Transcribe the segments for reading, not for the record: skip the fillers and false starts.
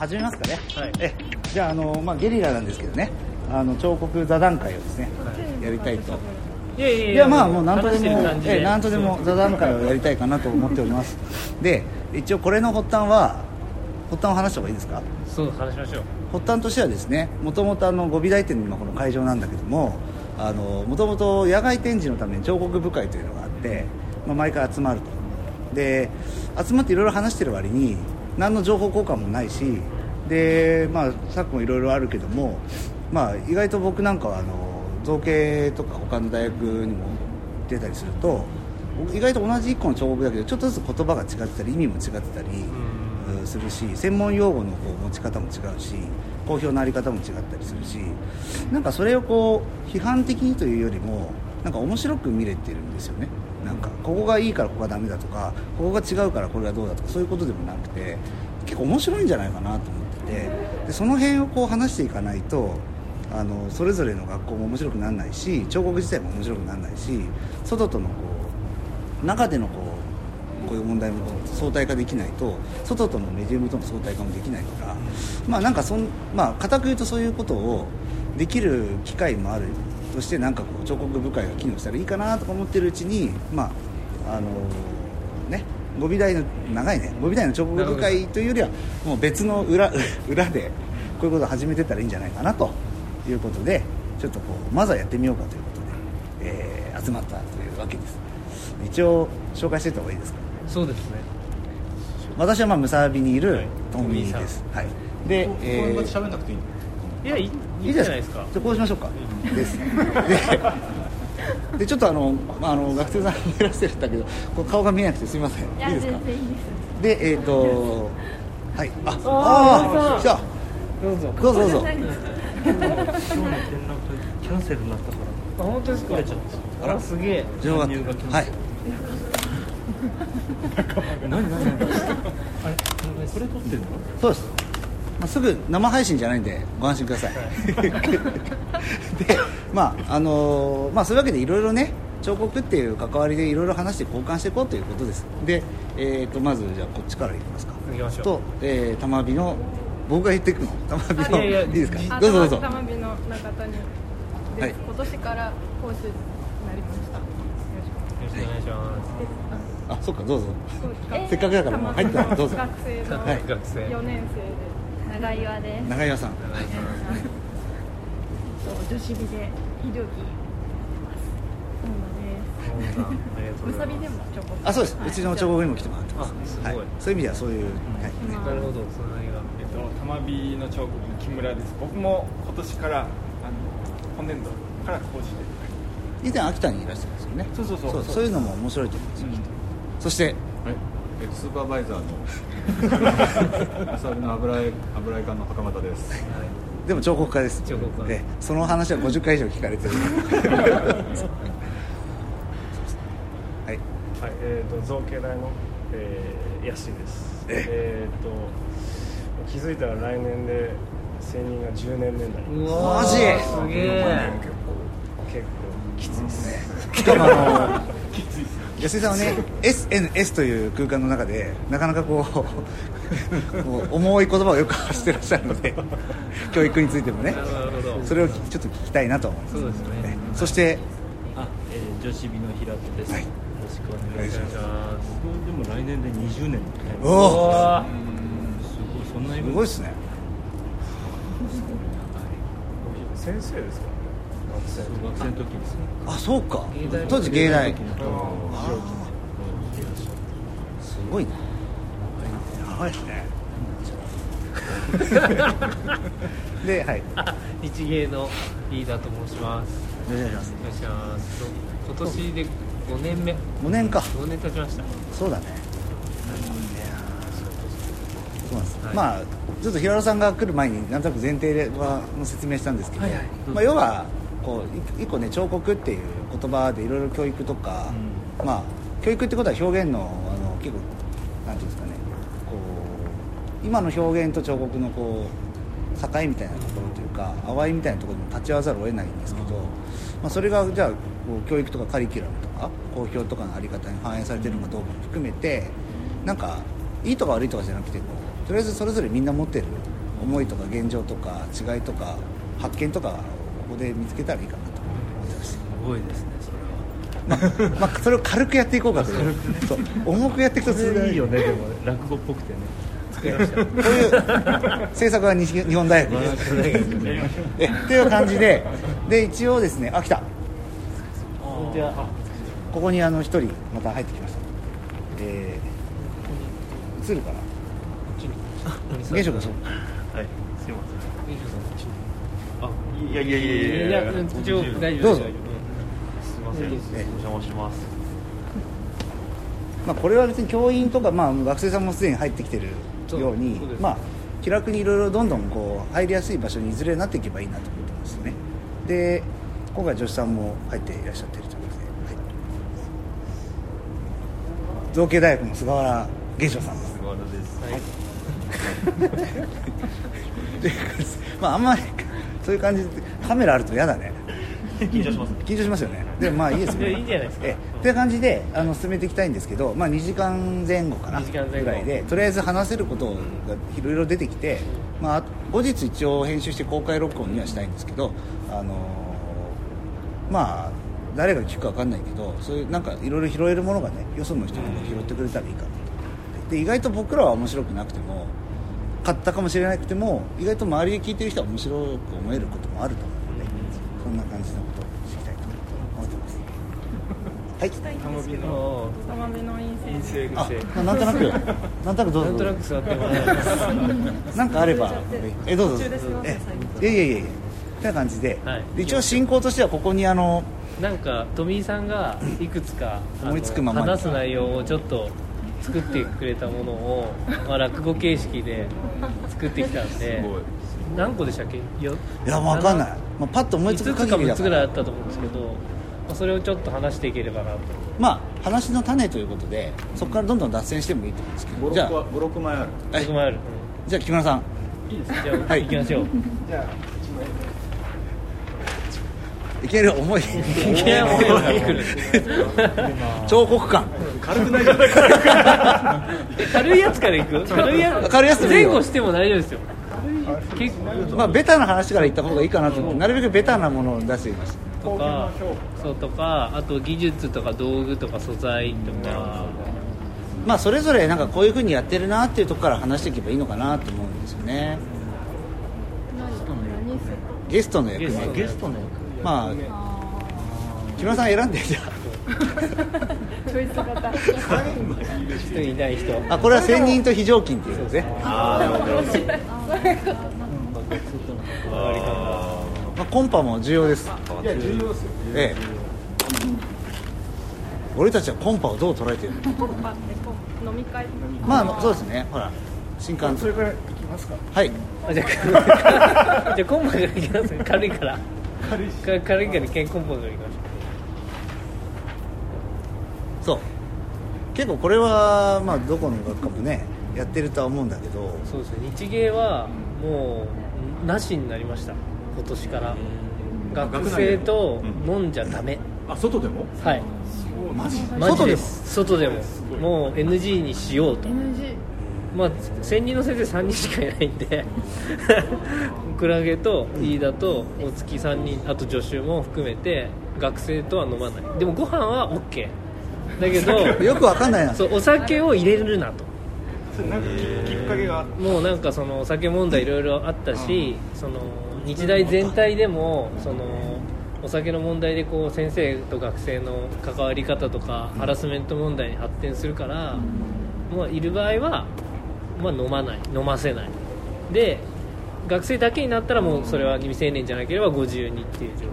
始めますかね。 はい、 じゃあゲリラなんですけどね、彫刻座談会をですね、やりたいと。いやもう何とでも座談会をやりたいかなと思っております。で、一応これの発端を話した方がいいですか？ そう、話しましょう。 発端としてはですね、もともと五美大展のこの会場なんだけども、もともと野外展示のために彫刻部会というのがあって、毎回集まると。で、集まっていろいろ話してる割に何の情報交換もないし、で、昨今いろいろあるけども、意外と僕なんかは造形とか他の大学にも出たりすると、意外と同じ一個の彫刻だけどちょっとずつ言葉が違ってたり意味も違ってたりするし、専門用語の持ち方も違うし、公表のあり方も違ったりするし、なんかそれを批判的にというよりもなんか面白く見れてるんですよね。なんかここがいいからここがダメだとか、ここが違うからこれがどうだとか、そういうことでもなくて、結構面白いんじゃないかなと思ってて、でその辺を話していかないとそれぞれの学校も面白くならないし、彫刻自体も面白くならないし、外との中でのこういう問題も相対化できないと、外とのメディウムとの相対化もできないから、なんか固く言うとそういうことをできる機会もあるとして、なんか彫刻部会が機能したらいいかなとか思ってるうちに、五美大の彫刻部会というよりはもう別の裏でこういうことを始めてたらいいんじゃないかなということで、ちょっとまずはやってみようかということで、集まったというわけです。一応紹介していった方がいいですか？ そうですね。 私はムサビにいるトンミーです。はい。で、 喋んなくていいの？ いや、いいじゃないですか。 じゃあこうしましょうか。です。でちょっと学生さんいらっしゃるんだけど、顔が見えなくてすみません。いいですか？で、はい。来た。どうぞ。 今日の転落キャンセルになったから。本当ですか？あら、すげえ。 入学。はい。 何あれ、これ撮ってるの？ そうです。すぐ生配信じゃないんでご安心ください。で、そういうわけでいろいろね、彫刻っていう関わりでいろいろ話して交換していこうということです。で、まずじゃあこっちからいきますか。 行きましょう。 と、玉美の僕が言っていくの？玉美のいいですか？どうぞ。 玉美の中谷です。はい、今年から講師になりました。よろしくお願いします。 そっか、どうぞ。せっかくだからもう入ったらどうぞ。 学生の4年生で。長岩です。 長岩さん。 女子美で医療技ムサビでも彫刻。 そうです。うちの彫刻にも来てもらってます。はい。そういう意味ではそういう。 なるほど。 玉美の彫刻木村です。僕も今年から今年度から講師で。 以前秋田にいらっしゃるんですよね。そういうのも面白いと思うんですよ。そして。 スーパーバイザーのムサビの油絵館の袴田です。 でも彫刻家です。その話は50回以上聞かれてる。はい。 造形大のヤシです。気づいたら来年で専任が10年目になります。 マジ？ すげえ。 結構きついですね。 しかも安井さんはね、SNS という空間の中でなかなか重い言葉をよく発してらっしゃるので、教育についてもね、それをちょっと聞きたいなと思います。 そうですね。 そして女子美の平戸です。 はい、 よろしくお願いします。僕でも来年で20年。 おお。 そんなにすごいですね。 先生ですか？ 学生の時ですね。 そうか。当時芸大。すごいね。やばいですね。で、はい。 日芸のリーダーと申します。 よろしくお願いします。今年で5年目。 5年か。 5年経ちました。 そうだね。そうなんです。ちょっと平野さんが来る前になんとなく前提での説明したんですけど、要は一個ね、彫刻っていう言葉でいろいろ教育とか、教育ってことは表現の結構なんていうんですかね、今の表現と彫刻の境みたいなところというか、淡いみたいなところに立ち会わざるを得ないんですけど、それがじゃあ教育とかカリキュラムとか公表とかのあり方に反映されてるのかどうかも含めて、なんかいいとか悪いとかじゃなくてとりあえずそれぞれみんな持ってる思いとか現状とか違いとか発見とかここで見つけたらいいかなと思ってます。 すごいですね、それは。 まあそれを軽くやっていこうかという、そう重くやっていくとそれいいよね、でも落語っぽくてね。作りました。 こういう制作は日本大学ですっていう感じで、一応ですね、来た、ここに一人また入ってきました。映るかな、現象がそう、 はい、すいません。 いや一応大丈夫です。 どうぞ。 すいません、お邪魔します。 まあ、これは別に教員とか、まあ、学生さんもすでに入ってきてるように、まあ、気楽にいろいろどんどんこう入りやすい場所にいずれなっていけばいいなと思ってますね。で、今回女子さんも入っていらっしゃっているということで、造形大学の菅原玄翔さんです。 菅原です。 まあ、あんまりそういう感じでカメラあると嫌だね。 緊張します。 緊張しますよね。でもまあいいですよね。 いいんじゃないですか。 っていう感じで進めていきたいんですけど、まあ、2時間前後かなぐらいで、とりあえず話せることがいろいろ出てきて、まあ、後日一応編集して公開録音にはしたいんですけど、まあ誰が聞くか分かんないけど、そういうなんかいろいろ拾えるものがね、よその人が拾ってくれたらいいかなと。で、意外と僕らは面白くなくても、買ったかもしれなくても、意外と周りで聞いてる人は面白く思えることもあると思うので、そんな感じのことをしていきたいと思ってます。はい。 玉美の陰性癖。 なんとなくどうぞ。 なんとなく座ってもらえなんかあればどうぞ。 途中ですいません。 いやってな感じで、 はい、 で一応進行としてはここになんか富井さんがいくつか思いつくままに話す内容をちょっと作ってくれたものを、まあ、落語形式で作ってきたんで、何個でしたっけ？いや分かんない、まあ、パッと思いつく限りだから 5つか6つぐらいあったと思うんですけど、まあ、それをちょっと話していければなと。 まあ話の種ということで、そこからどんどん脱線してもいいと思うんですけど、じゃあ 56枚ある。 はい、 6枚ある、 じゃあ木村さんいいです。じゃあ、行きましょう。 じゃあいける重い彫刻感軽くないじゃないか。 軽いやつから行く？軽いやつ前後しても大丈夫ですよ。結構まあベタな話から言った方がいいかなと思って、なるべくベタなものを出しています。 とか、そうとか、あと技術とか道具とか素材とか、 まあそれぞれなんかこういう風にやってるなっていうところから話していけばいいのかなと思うんですよね。ゲストの役目。 ゲストの役。 まあ木村さん選んでじゃチョイス型。 一人いない人。 あ、これは専任と非常勤っていうですね。まあ、コンパも重要です。 いや重要ですよ。 ええ。俺たちはコンパをどう捉えているの？ コンパって飲み会。 まあそうですね。ほら新刊。 それから行きますか。 はい。 じゃあコンパから行きます。軽いから。軽いからコンパから行きましょう。 そう。結構これはまあどこの学科もねやってるとは思うんだけど。 そうですね。日芸はもうなしになりました。今年から学生と飲んじゃダメ。 あ、外でも？ はい。マジです。外でももう NG にしようと。 NG。 まあ専任の先生3人しかいないんでクラゲと飯田と大月3人、あと助手も含めて学生とは飲まない。でもご飯は OK だけどよくわかんないな。 そう、お酒を入れるなと。 それなんかきっかけがもうなんかそのお酒問題いろいろあったし、その日大全体でもそのお酒の問題でこう先生と学生の関わり方とかハラスメント問題に発展するから、まあ、いる場合は、まあ、飲ませないで、学生だけになったらもうそれは未成年じゃなければご自由にっていう状況で、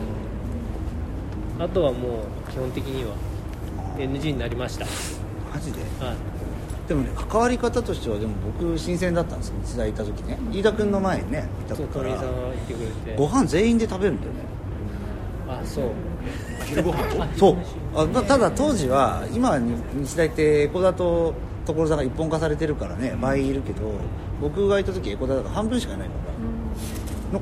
あとはもう基本的には NG になりました。 マジで？ はい。 でもね、関わり方としてはでも僕新鮮だったんですよ。日大いた時ね、飯田君の前にねいたそう、 から鳥居さんは言ってくれて、 ご飯全員で食べるんだよね。 あ、そう昼ご飯。 そうただ当時は今は日大ってエコダと所沢が一本化されてるからね倍いるけど、僕がいた時エコダだから半分しかいないから、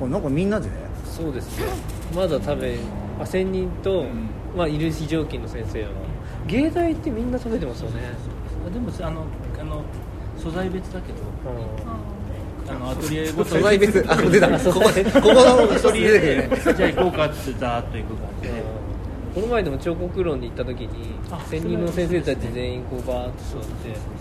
なんかみんなでね。 そうですね。まだ多分1000人と、まあ、いる非常勤の先生は芸大ってみんな食べてますよね。 でも素材別だけど、 アトリエごと素材別出たここの一つ出てくるね。 じゃあ行こうかってザーッと行く感じで、 この前でも彫刻論に行った時に専任の先生たち全員こうバーッと座って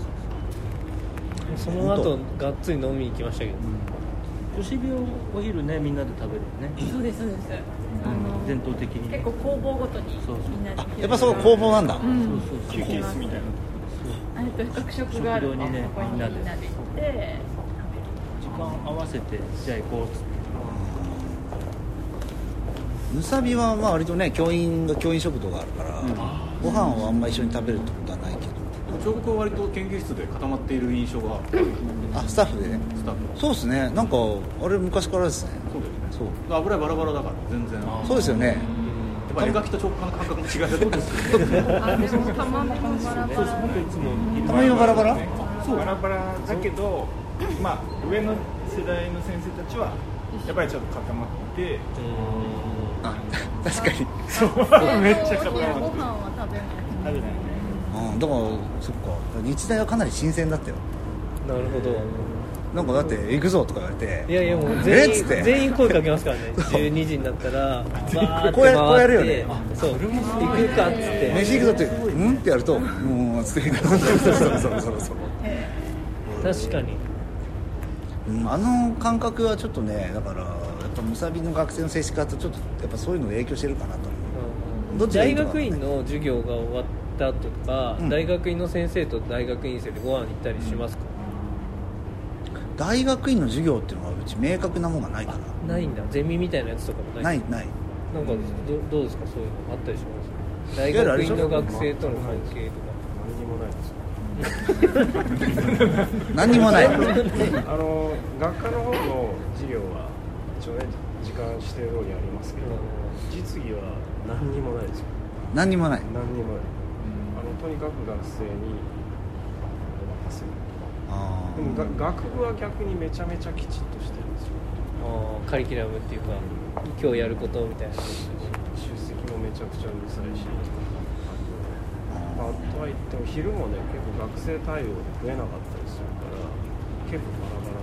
その後がっつり飲みに行きましたけど、 吉日をお昼ねみんなで食べるよね。 そうですそうです。 伝統的にね結構工房ごとにそうそうみんなでやっぱそこ工房なんだ。 休憩室みたいな特色がある食堂にねそこにみんなで行って時間合わせてじゃあ行こうっつって。 むさびはまあ割とね教員食堂があるから、ご飯をあんま一緒に食べるってことはないけど、 彫刻は割と研究室で固まっている印象がスタッフでね。 スタッフそうですね。なんかあれ昔からですね。 そうだよね。 そう油バラバラだから全然そうですよね。 やっぱ絵描きと彫刻の感覚も違うそうですよね。 でもたまみもバラバラたまにはバラバラ。 そうバラバラだけど、まあ上の世代の先生たちはやっぱりちょっと固まって確かに。 めっちゃ固まってご飯は食べない食べないね。 だからそっか。日大はかなり新鮮だったよ。 なるほど。 なんかだって行くぞとか言われて。 いやもうっつって全員声かけますからね。12時になったらバーってこうやるよね。 そう行くかっつって飯行くぞってってやるともうつってそう確かにあの感覚はちょっとね、だからやっぱむさびの学生の接し方とちょっとやっぱそういうのが影響してるかなと思う。どっちがいい大とかね学院の授業が終わった後とか、大学院の先生と大学院生でご飯に行ったりしますか？ 大学院の授業っていうのはうち明確なものがないからないんだ。ゼミみたいなやつとかもない。 ないなんかどうですか、そういうのあったりします？大学院の学生との関係とか。 何にもない学科の方の授業は一応ね時間指定通りありますけど、実技は何にもないですよ。 何にもない。 何にもない。とにかく学生に任せる。でも学部は逆にめちゃめちゃきちっとしてるんですよ。 カリキュラムっていうか今日やることみたいな。 出席もめちゃくちゃうるさいし、あとは言っても昼もね結構学生対応で増えなかったりするから結構バラバラ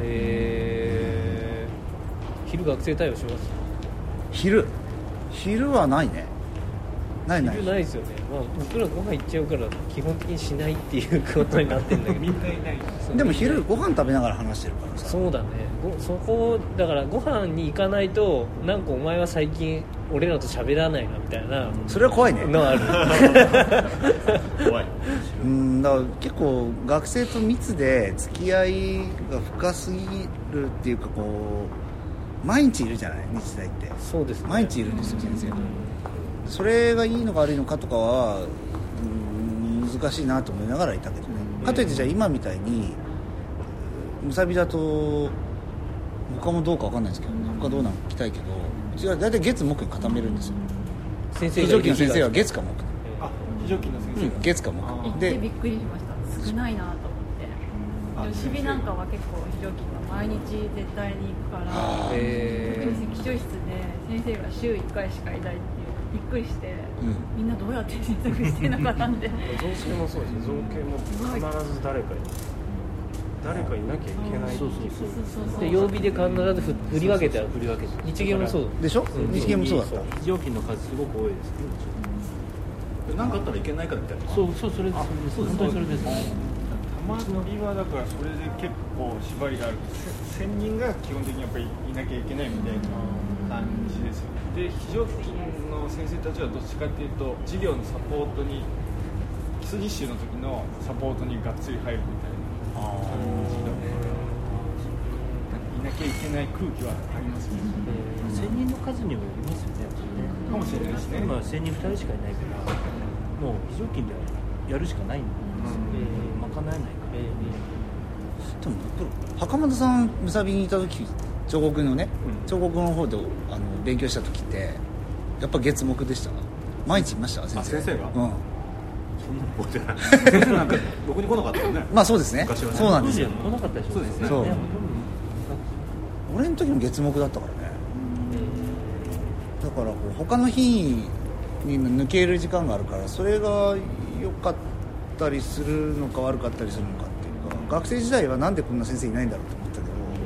です。 昼学生対応します？ 昼はないね。ない昼ないですよね。まあ僕らご飯行っちゃうから基本的にしないっていうことになってるんだけどみんないない。 でも昼ご飯食べながら話してるからさ。 そうだね。そこだからご飯に行かないとなんかお前は最近俺らと喋らないなみたいなそれは怖いね。 のある。 怖い。 だから結構学生と密で付き合いが深すぎるっていうかこう毎日いるじゃない日大って。 そうですね。 毎日いるんですよ先生。それがいいのか悪いのかとかは難しいなと思いながらいたけどね。かといってじゃあ今みたいにむさびだと他もどうか分かんないですけど、他どうなの聞きたいけどうちは大体月木に固めるんですよ。 先生非常勤の先生は月か木、 非常勤の先生。 月か木行ってびっくりしました。少ないなと思って。吉日なんかは結構非常勤が毎日絶対に行くから、記帳室で先生が週1回しかいないっていうびっくりして、みんなどうやって制作してるのかなって。 造形もそうですよ。造形も必ず誰かいなきゃいけないっていう。 で曜日で必ず振り分けてある。日芸もそうでしょ。日芸もそうだった。 非常勤の数すごく多いですね。 何かあったらいけないからみたいな。 そうそれです。本当にそれです。 玉乗りはだからそれで結構縛りがある。専任が基本的にやっぱりいなきゃいけないみたいな感じですよ。で非常勤の先生たちはどっちかっていうと授業のサポートに基礎実習の時のサポートにがっつり入るみたいな感じだね。いなきゃいけない空気はありますね。 専任の数にもよりますよね。 かもしれないですね。 今専任2人しかいないからもう非常勤でやるしかないんですよ。賄えないから。 でも袴田さんむさびにいた時彫刻のね、彫刻の方で勉強した時ってやっぱ月木でした。毎日いました先生。 先生が。 うん。 そんなことじゃない。先生なんか僕に来なかったよね。 まあそうですね。 昔はね。 そうなんですよ。 来なかったでしょ。 そうですね。 そう。俺の時も月木だったからね。だから他の日に抜ける時間があるからそれが良かったりするのか悪かったりするのかっていうか、学生時代はなんでこんな先生いないんだろうと思ったけど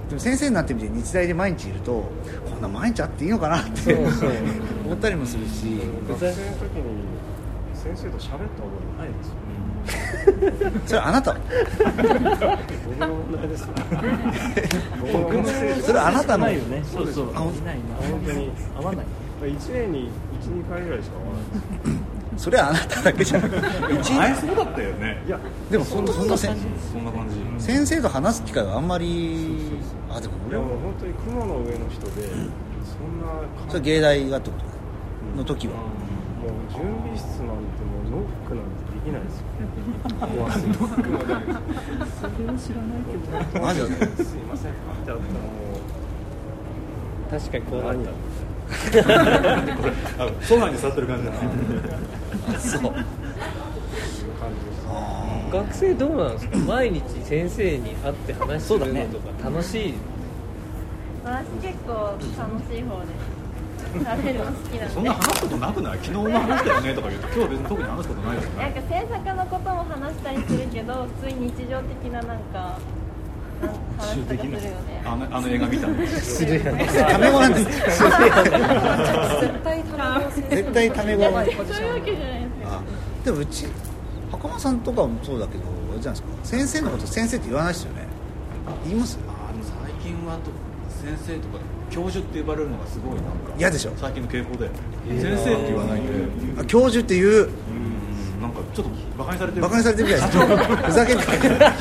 でも先生になってみて日大で毎日いるとこんな毎日あっていいのかなって思ったりもするし、 学生の時に先生と喋った覚えないですよ。 それあなた僕の問題ですね。僕のせいでそれあなたのないよね。そうそう。いないな。 本当に合わない。 1年に 1,2 回ぐらいしか会わないです。 それはあなただけじゃなくて前そうだったよね。 いやでもそんなそんな感じ。 先生と話す機会はあんまりあでもい俺はやもう本当に雲の上の人で、そんなそれ芸大がってことの時は、 もう準備室なんてもうノックなんてできないですよ。怖すぎて。それは知らないけど。 マジですいませんってあったらもう確かにこうなったソファに座ってる感じだな。 そう感じです。 学生どうなんですか？毎日先生に会って話するのとか楽しい？ 私結構楽しい方です喋るの好きなんでそんな話すことなくない？昨日も話したよねとか言うと今日は別に特に話すことないよね。 なんか制作のことも話したりするけど普通に日常的ななんか話とかするよね。 あの映画見たの。 するよね。 タメ語なんです絶対絶対タメ語そういうわけじゃないですよ。 あでもうち袴さんとかもそうだけどあれじゃないですか、先生のこと先生って言わないですよね。言います？ でも最近は先生とか教授って呼ばれるのがすごいなんか嫌でしょ。 最近の傾向で先生って言わないで、 あ教授って言う。 なんかちょっとバカにされてる。 バカにされてるみたいです。ふざけんな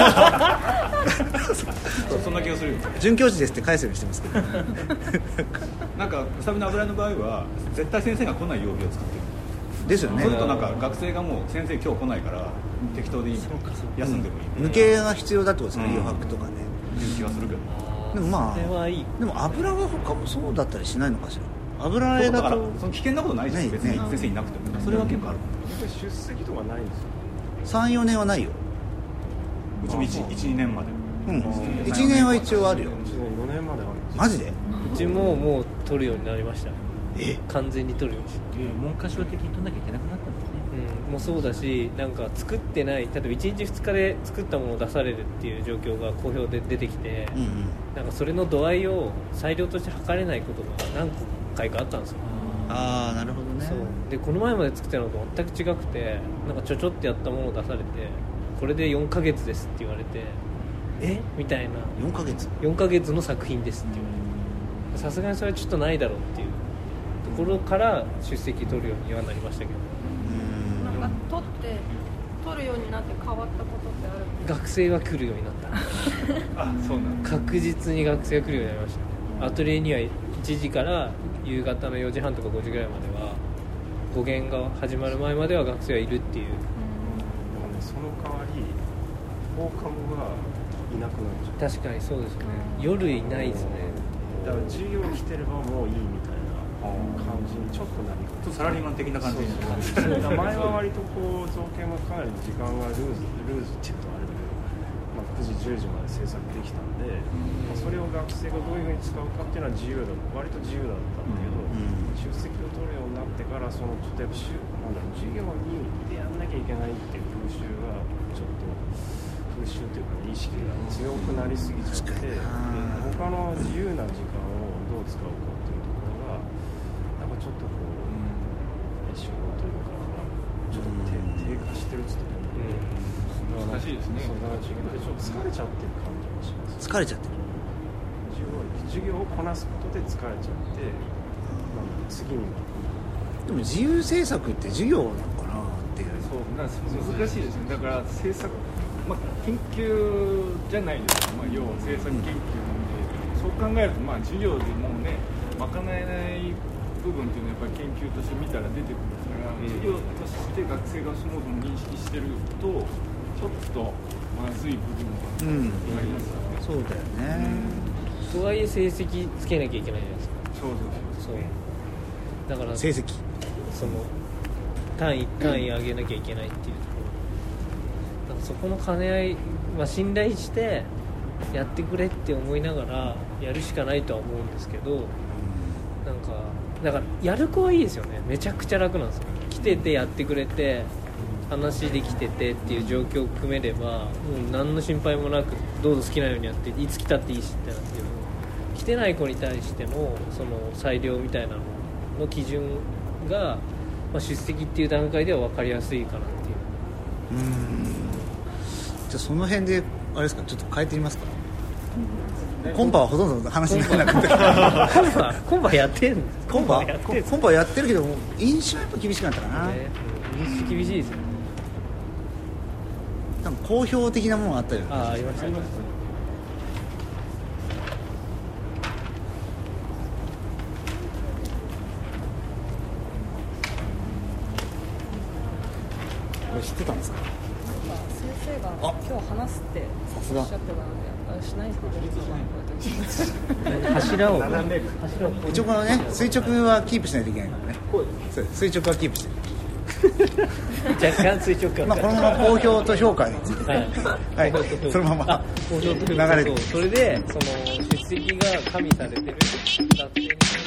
そんな気がするよ。 准教授ですって返すようにしてますけどなんかくさびの油絵の場合は絶対先生が来ない曜日を作ってる。 ですよね。 そうするとなんか学生がもう先生今日来ないから適当でいい、休んでもいい、 抜けが必要だってことですね、余白とかね。 いう気がするけど。 でもまあそれはいい。 でも油は他もそうだったりしないのかしら。油絵だだからとその危険なことないじゃん、 ない別に先生いなくても、それは結構ある。 やっぱり出席とかないんですよ。 3,4 年はないよ。 うちも 1,2 年まで。 うん1年は一応あるよ。 1年4年まであるんですよ。 マジで？ うちももう取るようになりました。完全に取るようにして。 文科省的に取んなきゃいけなくなったんだね。 もうそうだし、なんか作ってない、例えば1日2日で作ったものを出されるっていう状況が好評で出てきて、なんかそれの度合いを裁量として測れないことが何回かあったんですよ。 ああなるほどね。 そうでこの前まで作ってたのと全く違くて、なんかちょってやったものを出されて、これで4ヶ月ですって言われて、みたいな。 4ヶ月 4ヶ月の作品ですって言われて、さすがにそれはちょっとないだろうっていうところから出席取るようにはなりましたけど。 なんか取るようになって変わったことってあるんですか？ 学生は来るようになったあ、そうなんだ。 確実に学生が来るようになりました。アトリエには1時から夕方の4時半とか5時ぐらいまでは、語源が始まる前までは学生はいるっていう。 でもね、その代わり放課後がいなくなっちゃう。 確かにそうですね。夜いないですね。 だから授業来てればもういいみたいな感じにちょっとなりがちょっとサラリーマン的な感じに。 そうだから前は割とこう造形もかなり時間がルーズっていうとあれだけど、9時10時まで制作できたんで、それを学生がどういうふうに使うかっていうのは割と自由だったんだけど、出席を取るようになってからそのちょっとやっぱ授業にでやんなきゃいけないっていう風習がちょっと風習というか、ね、意識が強くなりすぎちゃって、他の自由な時間をどう使うかっていうところがなんかちょっとこう、仕事というかちょっと低下してるっつって難しいですね。 そうだから授業でちょっと疲れちゃってる感じがします。 疲れちゃってる。 授業をこなすことで疲れちゃって、次にでも自由制作って授業なのかなっていう。 そうなんです難しいですね。だから制作、研究じゃないですか。要は制作研究なんで、そう考えると授業でもうね賄えない部分っていうのはやっぱり研究として見たら出てくるから、授業として学生がそもそも認識してるとちょっとまずい部分がありますよね。 そうだよね。 とはいえ成績つけなきゃいけないじゃないですか。 そうだから成績その単位上げなきゃいけないっていうところ、だからそこの兼ね合い、信頼してやってくれって思いながらやるしかないとは思うんですけど、なんかだからやる子はいいですよね。めちゃくちゃ楽なんですよ。来ててやってくれて、 話できててっていう状況を組めればもう何の心配もなくどうぞ好きなようにやっていつ来たっていいしってなってる。来てない子に対してのその裁量みたいなのの基準が、まあ、出席っていう段階では分かりやすいかなっていう。 じゃあその辺であれですか、ちょっと変えてみますか。コンパはほとんど話にならなくてコンパやってんの？ コンパやってるけど飲酒はやっぱ厳しくなったかな、 飲酒厳しいですよね。 多分好評的なものがあったよね。 ありましたね。 これ知ってたんですか？ 先生が今日話すってさすがおっしゃってたので、しないですか？ 柱を一応このね垂直はキープしないといけないからね。そう垂直はキープしてる。 若干垂直感、 まあ、このまま好評と評価について、はいそのまま好評と流れてそれでその出席が加味されてる学生に